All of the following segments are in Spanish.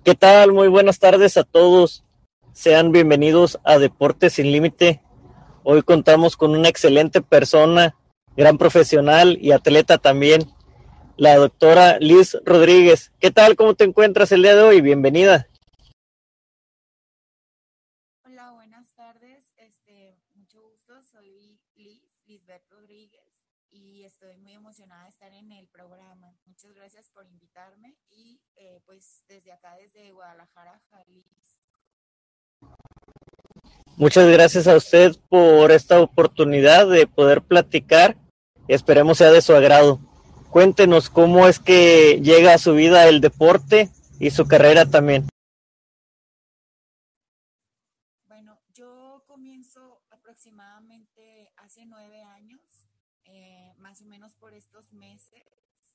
¿Qué tal? Muy buenas tardes a todos. Sean bienvenidos a Deportes sin Límite. Hoy contamos con una excelente persona, gran profesional y atleta también, la doctora Liz Rodríguez. ¿Qué tal? ¿Cómo te encuentras el día de hoy? Bienvenida. Hola, buenas tardes. Mucho gusto. Soy Lisbeth Rodríguez, y estoy muy emocionada de estar en el programa. Muchas gracias por invitarme y pues desde acá, desde Guadalajara, Jalisco. Muchas gracias a usted por esta oportunidad de poder platicar. Esperemos sea de su agrado. Cuéntenos cómo es que llega a su vida el deporte y su carrera también. Bueno, yo comienzo aproximadamente hace 9 años, más o menos por estos meses.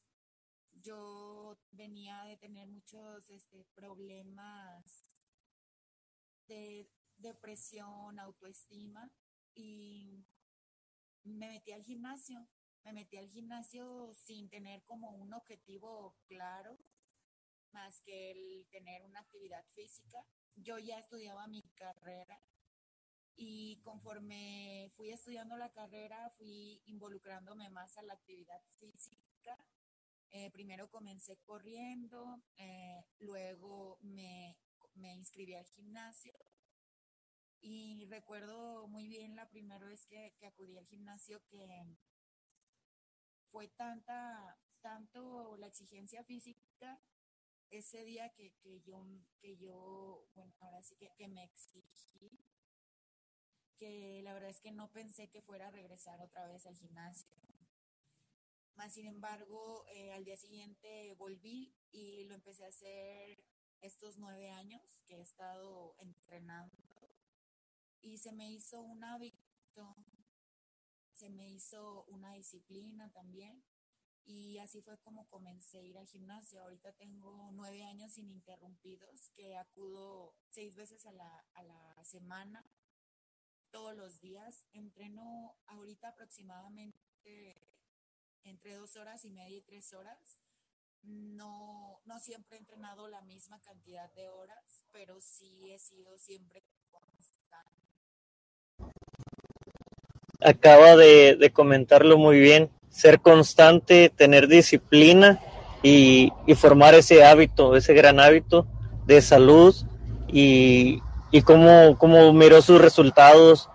Yo venía de tener muchos problemas de depresión, autoestima, y me metí al gimnasio. Me metí al gimnasio sin tener como un objetivo claro, más que el tener una actividad física. Yo ya estudiaba mi carrera, y conforme fui estudiando la carrera, fui involucrándome más a la actividad física. Primero comencé corriendo, luego me inscribí al gimnasio. Y recuerdo muy bien la primera vez que acudí al gimnasio, que fue tanto la exigencia física ese día que yo, bueno, ahora sí que me exigí, que la verdad es que no pensé que fuera a regresar otra vez al gimnasio. Más sin embargo, al día siguiente volví y lo empecé a hacer estos 9 años que he estado entrenando, y se me hizo un hábito, se me hizo una disciplina también. Y así fue como comencé a ir al gimnasio. Ahorita tengo 9 años ininterrumpidos, que acudo 6 veces a la semana, todos los días. Entreno ahorita aproximadamente entre 2 horas y media y 3 horas. No siempre he entrenado la misma cantidad de horas, pero sí he sido siempre constante. Acaba de comentarlo muy bien, ser constante, tener disciplina y formar ese hábito, ese gran hábito de salud y, y cómo miró sus resultados,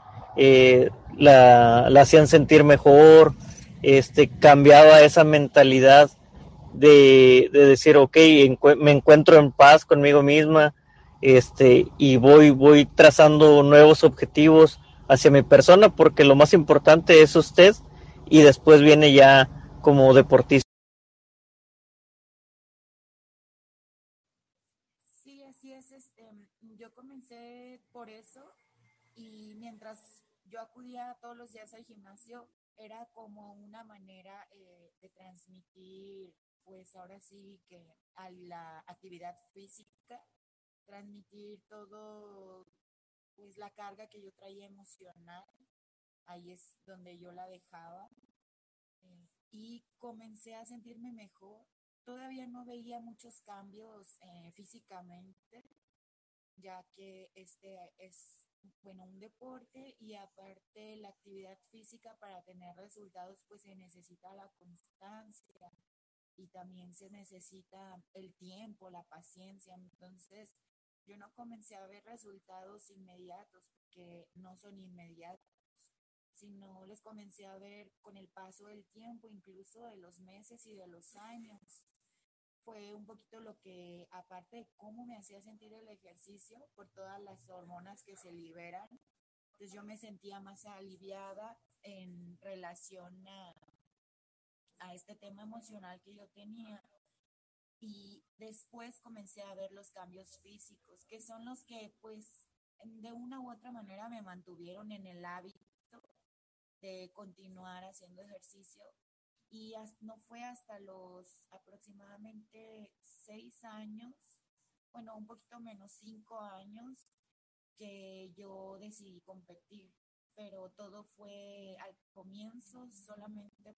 la hacían sentir mejor, cambiaba esa mentalidad de decir, ok, me encuentro en paz conmigo misma, y voy trazando nuevos objetivos hacia mi persona, porque lo más importante es usted y después viene ya como deportista. Sí, así es. Yo comencé por eso, y mientras yo acudía todos los días al gimnasio, era como una manera de transmitir, pues ahora sí que a la actividad física, transmitir todo, pues la carga que yo traía emocional. Ahí es donde yo la dejaba, y comencé a sentirme mejor. Todavía no veía muchos cambios físicamente, ya que este es, bueno, un deporte, y aparte la actividad física, para tener resultados pues se necesita la constancia, y también se necesita el tiempo, la paciencia. Entonces yo no comencé a ver resultados inmediatos, porque no son inmediatos, sino les comencé a ver con el paso del tiempo, incluso de los meses y de los años. Fue un poquito lo que, aparte de cómo me hacía sentir el ejercicio, por todas las hormonas que se liberan, entonces yo me sentía más aliviada en relación a este tema emocional que yo tenía. Y después comencé a ver los cambios físicos, que son los que pues de una u otra manera me mantuvieron en el hábito de continuar haciendo ejercicio. Y no fue hasta los aproximadamente 6 años, bueno, un poquito menos, 5 años, que yo decidí competir. Pero todo fue al comienzo solamente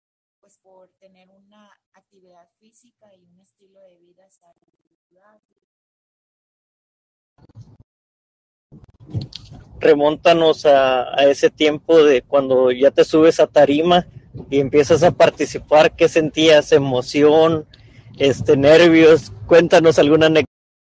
pues por tener una actividad física y un estilo de vida saludable. remóntanos a ese tiempo de cuando ya te subes a tarima y empiezas a participar. ¿Qué sentías? ¿Emoción? ¿Nervios? Cuéntanos alguna anécdota.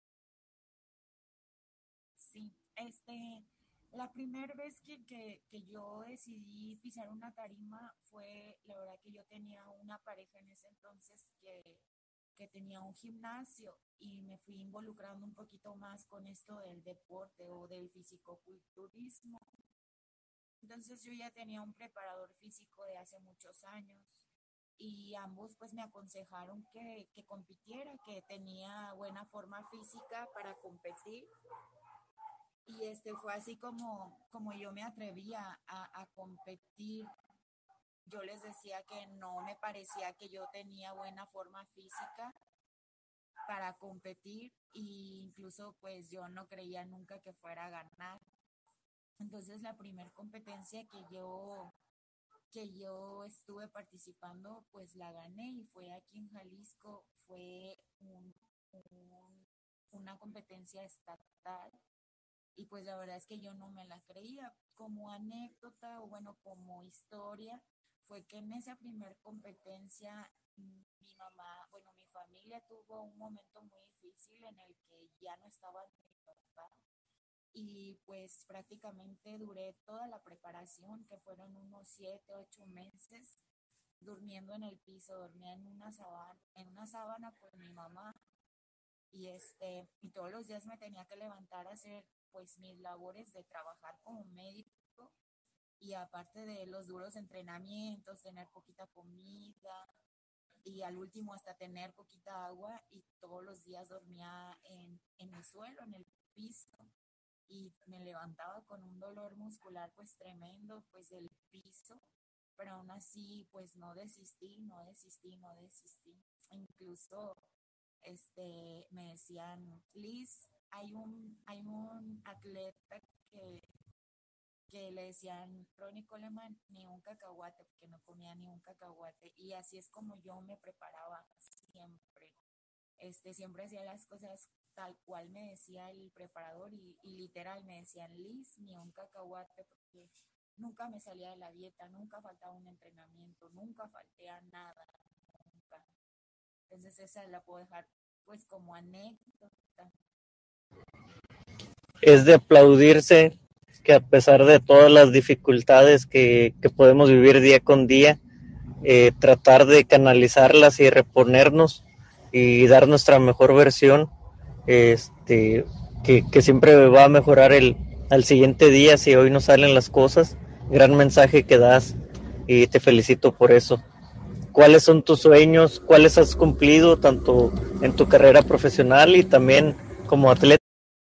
Sí, la primera vez que yo decidí pisar una tarima fue, la verdad que yo tenía una pareja en ese entonces que tenía un gimnasio y me fui involucrando un poquito más con esto del deporte o del fisicoculturismo. Entonces yo ya tenía un preparador físico de hace muchos años y ambos pues me aconsejaron que compitiera, que tenía buena forma física para competir. Y fue así como yo me atrevía a competir. Yo les decía que no me parecía que yo tenía buena forma física para competir e incluso pues yo no creía nunca que fuera a ganar. Entonces la primera competencia que yo estuve participando pues la gané y fue aquí en Jalisco, fue una competencia estatal y pues la verdad es que yo no me la creía. Como anécdota o bueno, como historia, fue que en esa primer competencia mi mamá, bueno, mi familia tuvo un momento muy difícil en el que ya no estaba mi papá y pues prácticamente duré toda la preparación, que fueron unos 7, 8 meses, durmiendo en el piso, dormía en una sábana con mi mamá y todos los días me tenía que levantar a hacer pues mis labores de trabajar como médico y aparte de los duros entrenamientos, tener poquita comida y al último hasta tener poquita agua y todos los días dormía en el suelo, en el piso y me levantaba con un dolor muscular pues tremendo pues del piso, pero aún así pues no desistí, no desistí, no desistí. Incluso me decían, Liz, hay un atleta que le decían Ronnie Coleman, ni un cacahuate, porque no comía ni un cacahuate. Y así es como yo me preparaba siempre. Siempre hacía las cosas tal cual me decía el preparador y literal me decían, Liz, ni un cacahuate, porque nunca me salía de la dieta, nunca faltaba un entrenamiento, nunca falté a nada, nunca. Entonces esa la puedo dejar pues como anécdota. Es de aplaudirse que a pesar de todas las dificultades que podemos vivir día con día, tratar de canalizarlas y reponernos y dar nuestra mejor versión, que siempre va a mejorar al siguiente día si hoy no salen las cosas. Gran mensaje que das y te felicito por eso. ¿Cuáles son tus sueños? ¿Cuáles has cumplido tanto en tu carrera profesional y también como atleta?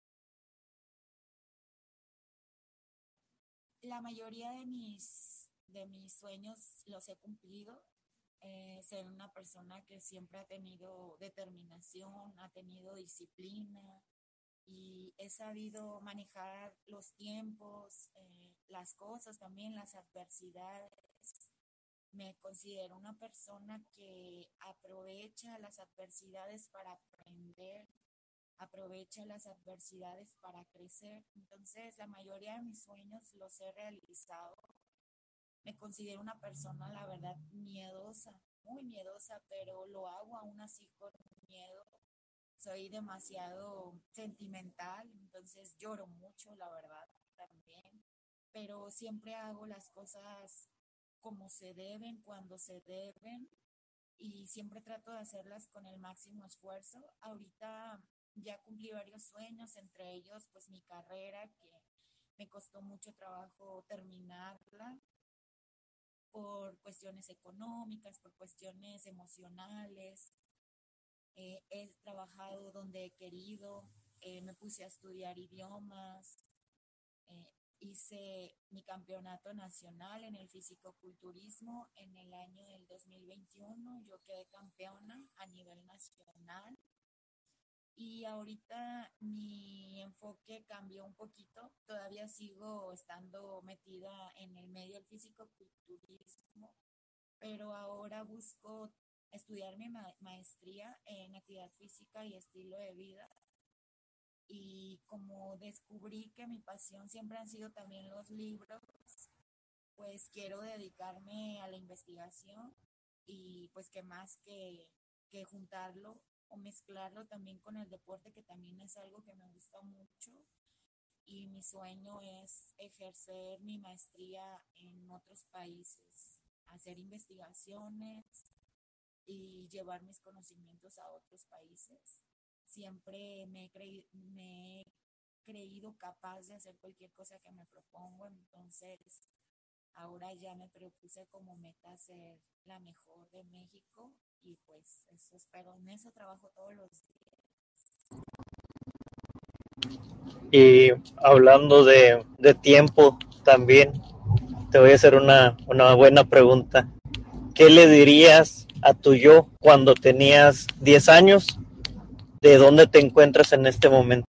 La mayoría de mis sueños los he cumplido. Ser una persona que siempre ha tenido determinación, ha tenido disciplina y he sabido manejar los tiempos, las cosas también, las adversidades. Me considero una persona que aprovecha las adversidades para aprender, aprovecha las adversidades para crecer. Entonces, la mayoría de mis sueños los he realizado. Me considero una persona, la verdad, miedosa, muy miedosa, pero lo hago aún así con miedo. Soy demasiado sentimental, entonces lloro mucho, la verdad, también. Pero siempre hago las cosas como se deben, cuando se deben, y siempre trato de hacerlas con el máximo esfuerzo. Ahorita ya cumplí varios sueños, entre ellos pues mi carrera, que me costó mucho trabajo terminarla por cuestiones económicas, por cuestiones emocionales. He trabajado donde he querido, me puse a estudiar idiomas, eh, hice mi campeonato nacional en el fisicoculturismo en el año del 2021. Yo quedé campeona a nivel nacional y ahorita mi enfoque cambió un poquito. Todavía sigo estando metida en el medio del fisicoculturismo, pero ahora busco estudiar mi maestría en actividad física y estilo de vida y como descubrí que mi pasión siempre han sido también los libros, pues quiero dedicarme a la investigación y pues que más que juntarlo o mezclarlo también con el deporte, que también es algo que me gusta mucho. Y mi sueño es ejercer mi maestría en otros países, hacer investigaciones y llevar mis conocimientos a otros países. Siempre me he creído capaz de hacer cualquier cosa que me propongo, entonces ahora ya me propuse como meta ser la mejor de México y pues eso espero, en eso trabajo todos los días. Y hablando de tiempo también, te voy a hacer una buena pregunta. ¿Qué le dirías a tu yo cuando tenías 10 años? ¿De dónde te encuentras en este momento?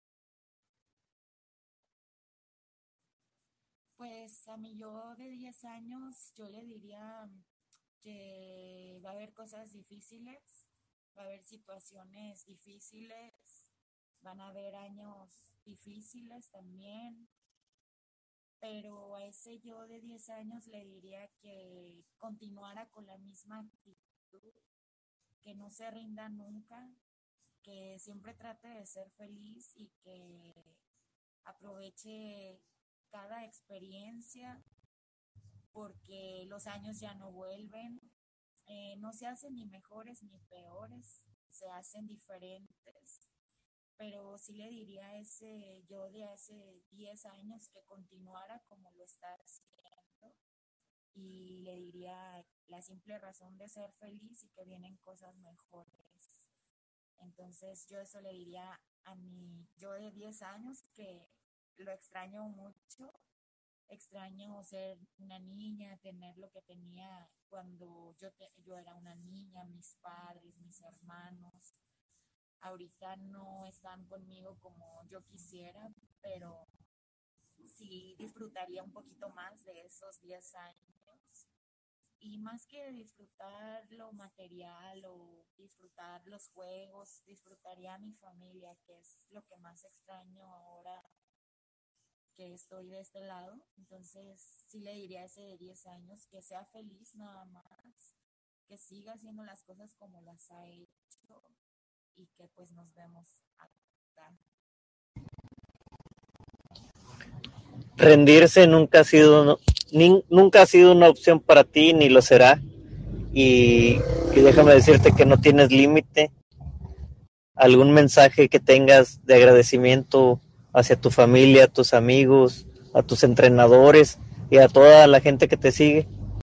Pues a mi yo de 10 años yo le diría que va a haber cosas difíciles, va a haber situaciones difíciles, van a haber años difíciles también, pero a ese yo de 10 años le diría que continuara con la misma actitud, que no se rinda nunca, que siempre trate de ser feliz y que aproveche cada experiencia porque los años ya no vuelven, no se hacen ni mejores ni peores, se hacen diferentes, pero sí le diría a ese yo de hace 10 años que continuara como lo está haciendo y le diría la simple razón de ser feliz y que vienen cosas mejores. Entonces yo eso le diría a mi yo de 10 años que lo extraño mucho. Extraño ser una niña, tener lo que tenía cuando yo era una niña, mis padres, mis hermanos. Ahorita no están conmigo como yo quisiera, pero sí disfrutaría un poquito más de esos 10 años. Y más que disfrutar lo material o disfrutar los juegos, disfrutaría a mi familia, que es lo que más extraño ahora que estoy de este lado. Entonces, sí le diría a ese de 10 años que sea feliz nada más, que siga haciendo las cosas como las ha hecho y que pues nos vemos acá. Rendirse nunca ha sido una opción para ti, ni lo será. Y déjame decirte que no tienes límite. ¿Algún mensaje que tengas de agradecimiento hacia tu familia, a tus amigos, a tus entrenadores y a toda la gente que te sigue?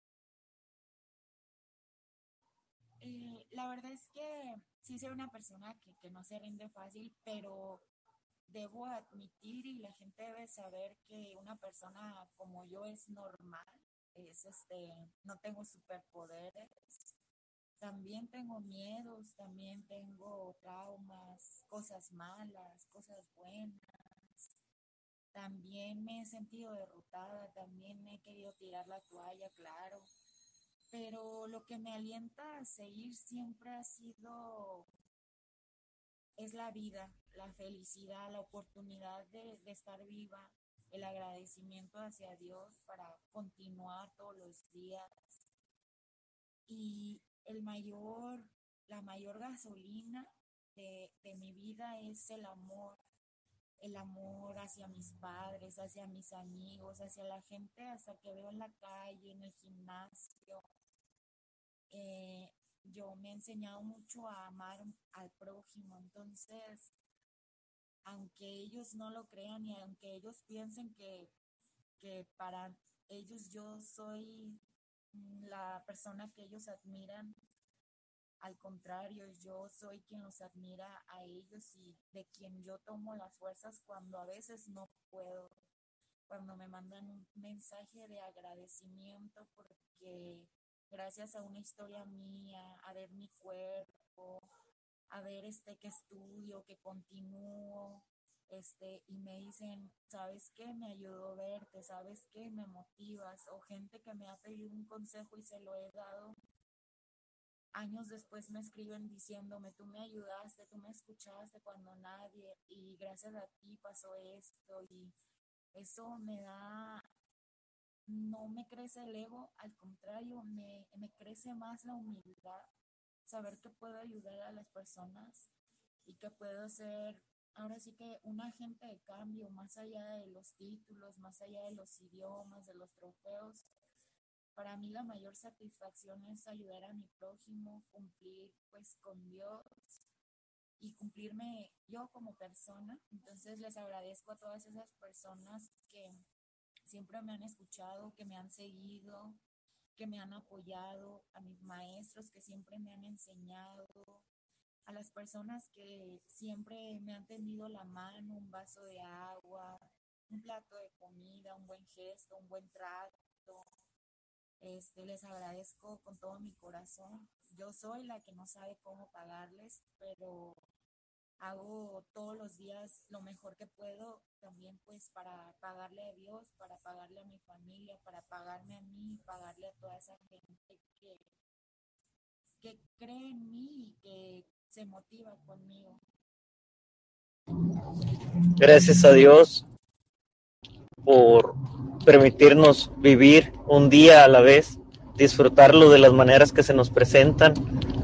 La verdad es que sí soy una persona que no se rinde fácil, pero debo admitir y la gente debe saber que una persona como yo es normal, es no tengo superpoderes, también tengo miedos, también tengo traumas, cosas malas, cosas buenas, también me he sentido derrotada, también he querido tirar la toalla, claro, pero lo que me alienta a seguir siempre ha sido es la vida, la felicidad, la oportunidad de estar viva, el agradecimiento hacia Dios para continuar todos los días y la mayor gasolina de mi vida es el amor hacia mis padres, hacia mis amigos, hacia la gente hasta que veo en la calle, en el gimnasio. Eh, yo me he enseñado mucho a amar al prójimo, entonces aunque ellos no lo crean y aunque ellos piensen que para ellos yo soy la persona que ellos admiran, al contrario, yo soy quien los admira a ellos y de quien yo tomo las fuerzas cuando a veces no puedo, cuando me mandan un mensaje de agradecimiento porque gracias a una historia mía, a ver mi cuerpo, a ver que estudio, que continúo, y me dicen, ¿sabes qué? Me ayudó a verte, ¿sabes qué? Me motivas, o gente que me ha pedido un consejo y se lo he dado, años después me escriben diciéndome, tú me ayudaste, tú me escuchaste cuando nadie, y gracias a ti pasó esto, y eso me da, no me crece el ego, al contrario, me crece más la humildad, saber que puedo ayudar a las personas y que puedo ser, ahora sí que un agente de cambio, más allá de los títulos, más allá de los idiomas, de los trofeos. Para mí la mayor satisfacción es ayudar a mi prójimo, cumplir pues con Dios y cumplirme yo como persona. Entonces les agradezco a todas esas personas que siempre me han escuchado, que me han seguido, que me han apoyado, a mis maestros que siempre me han enseñado, a las personas que siempre me han tendido la mano, un vaso de agua, un plato de comida, un buen gesto, un buen trato. Les agradezco con todo mi corazón. Yo soy la que no sabe cómo pagarles, pero hago todos los días lo mejor que puedo también pues para pagarle a Dios, para pagarle a mi familia, para pagarme a mí, pagarle a toda esa gente que cree en mí y que se motiva conmigo. Gracias a Dios por permitirnos vivir un día a la vez, disfrutarlo de las maneras que se nos presentan.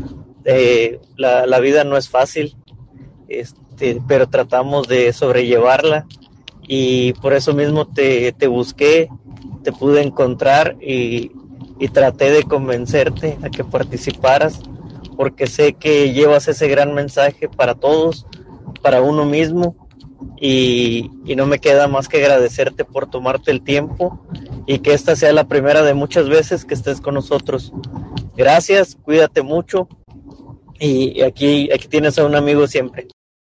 La vida no es fácil, pero tratamos de sobrellevarla y por eso mismo te busqué, te pude encontrar y traté de convencerte a que participaras porque sé que llevas ese gran mensaje para todos, para uno mismo y no me queda más que agradecerte por tomarte el tiempo y que esta sea la primera de muchas veces que estés con nosotros. Gracias, cuídate mucho y aquí tienes a un amigo siempre.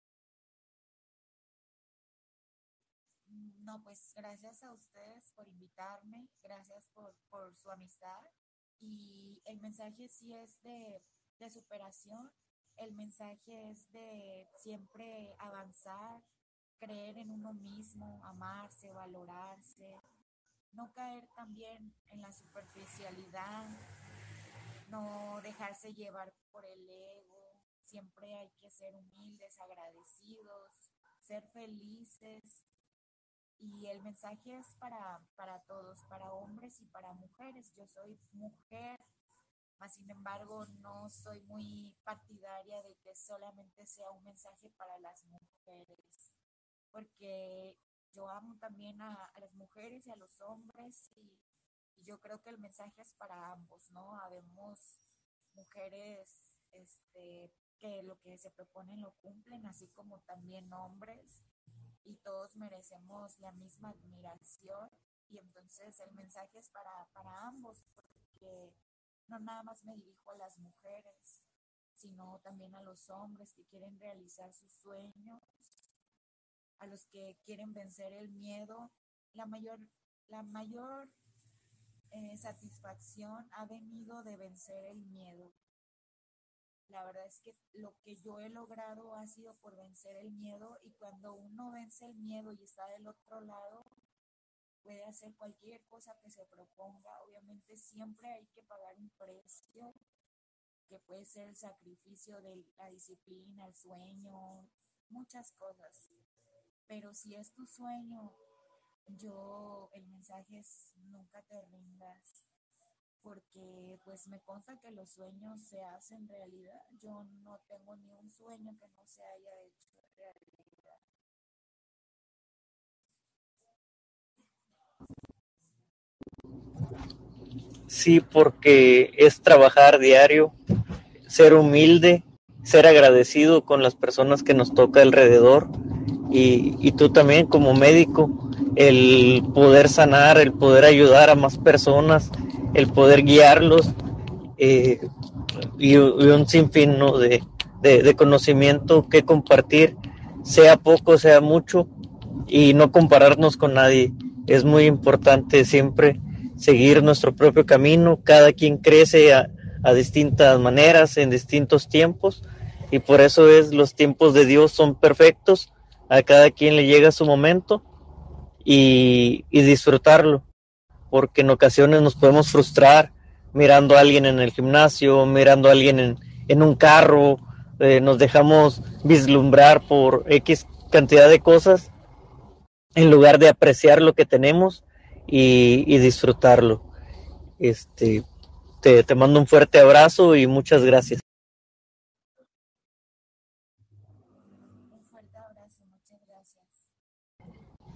No, pues gracias a ustedes por invitarme, gracias por su amistad y el mensaje sí es de superación, el mensaje es de siempre avanzar, creer en uno mismo, amarse, valorarse, no caer también en la superficialidad, no dejarse llevar por el ego, siempre hay que ser humildes, agradecidos, ser felices y el mensaje es para todos, para hombres y para mujeres. Yo soy mujer, mas sin embargo no soy muy partidaria de que solamente sea un mensaje para las mujeres, porque yo amo también a las mujeres y a los hombres y yo creo que el mensaje es para ambos, ¿no? Habemos mujeres que lo que se proponen lo cumplen, así como también hombres, y todos merecemos la misma admiración, y entonces el mensaje es para ambos, porque no nada más me dirijo a las mujeres, sino también a los hombres que quieren realizar sus sueños, a los que quieren vencer el miedo. La mayor satisfacción ha venido de vencer el miedo. La verdad es que lo que yo he logrado ha sido por vencer el miedo, y cuando uno vence el miedo y está del otro lado, puede hacer cualquier cosa que se proponga. Obviamente siempre hay que pagar un precio, que puede ser el sacrificio de la disciplina, el sueño, muchas cosas. Pero si es tu sueño, el mensaje es nunca te rindas, porque pues me consta que los sueños se hacen realidad. Yo no tengo ni un sueño que no se haya hecho realidad. Sí, porque es trabajar diario, ser humilde, ser agradecido con las personas que nos toca alrededor y tú también como médico, el poder sanar, el poder ayudar a más personas, el poder guiarlos y un sinfín, ¿no? de conocimiento que compartir, sea poco, sea mucho, y no compararnos con nadie. Es muy importante siempre seguir nuestro propio camino. Cada quien crece a distintas maneras, en distintos tiempos, y por eso los tiempos de Dios son perfectos. A cada quien le llega su momento y disfrutarlo, porque en ocasiones nos podemos frustrar, mirando a alguien en el gimnasio, mirando a alguien en un carro, nos dejamos vislumbrar por X cantidad de cosas en lugar de apreciar lo que tenemos y disfrutarlo. Este, te mando un fuerte abrazo y muchas gracias. Un fuerte abrazo, muchas gracias.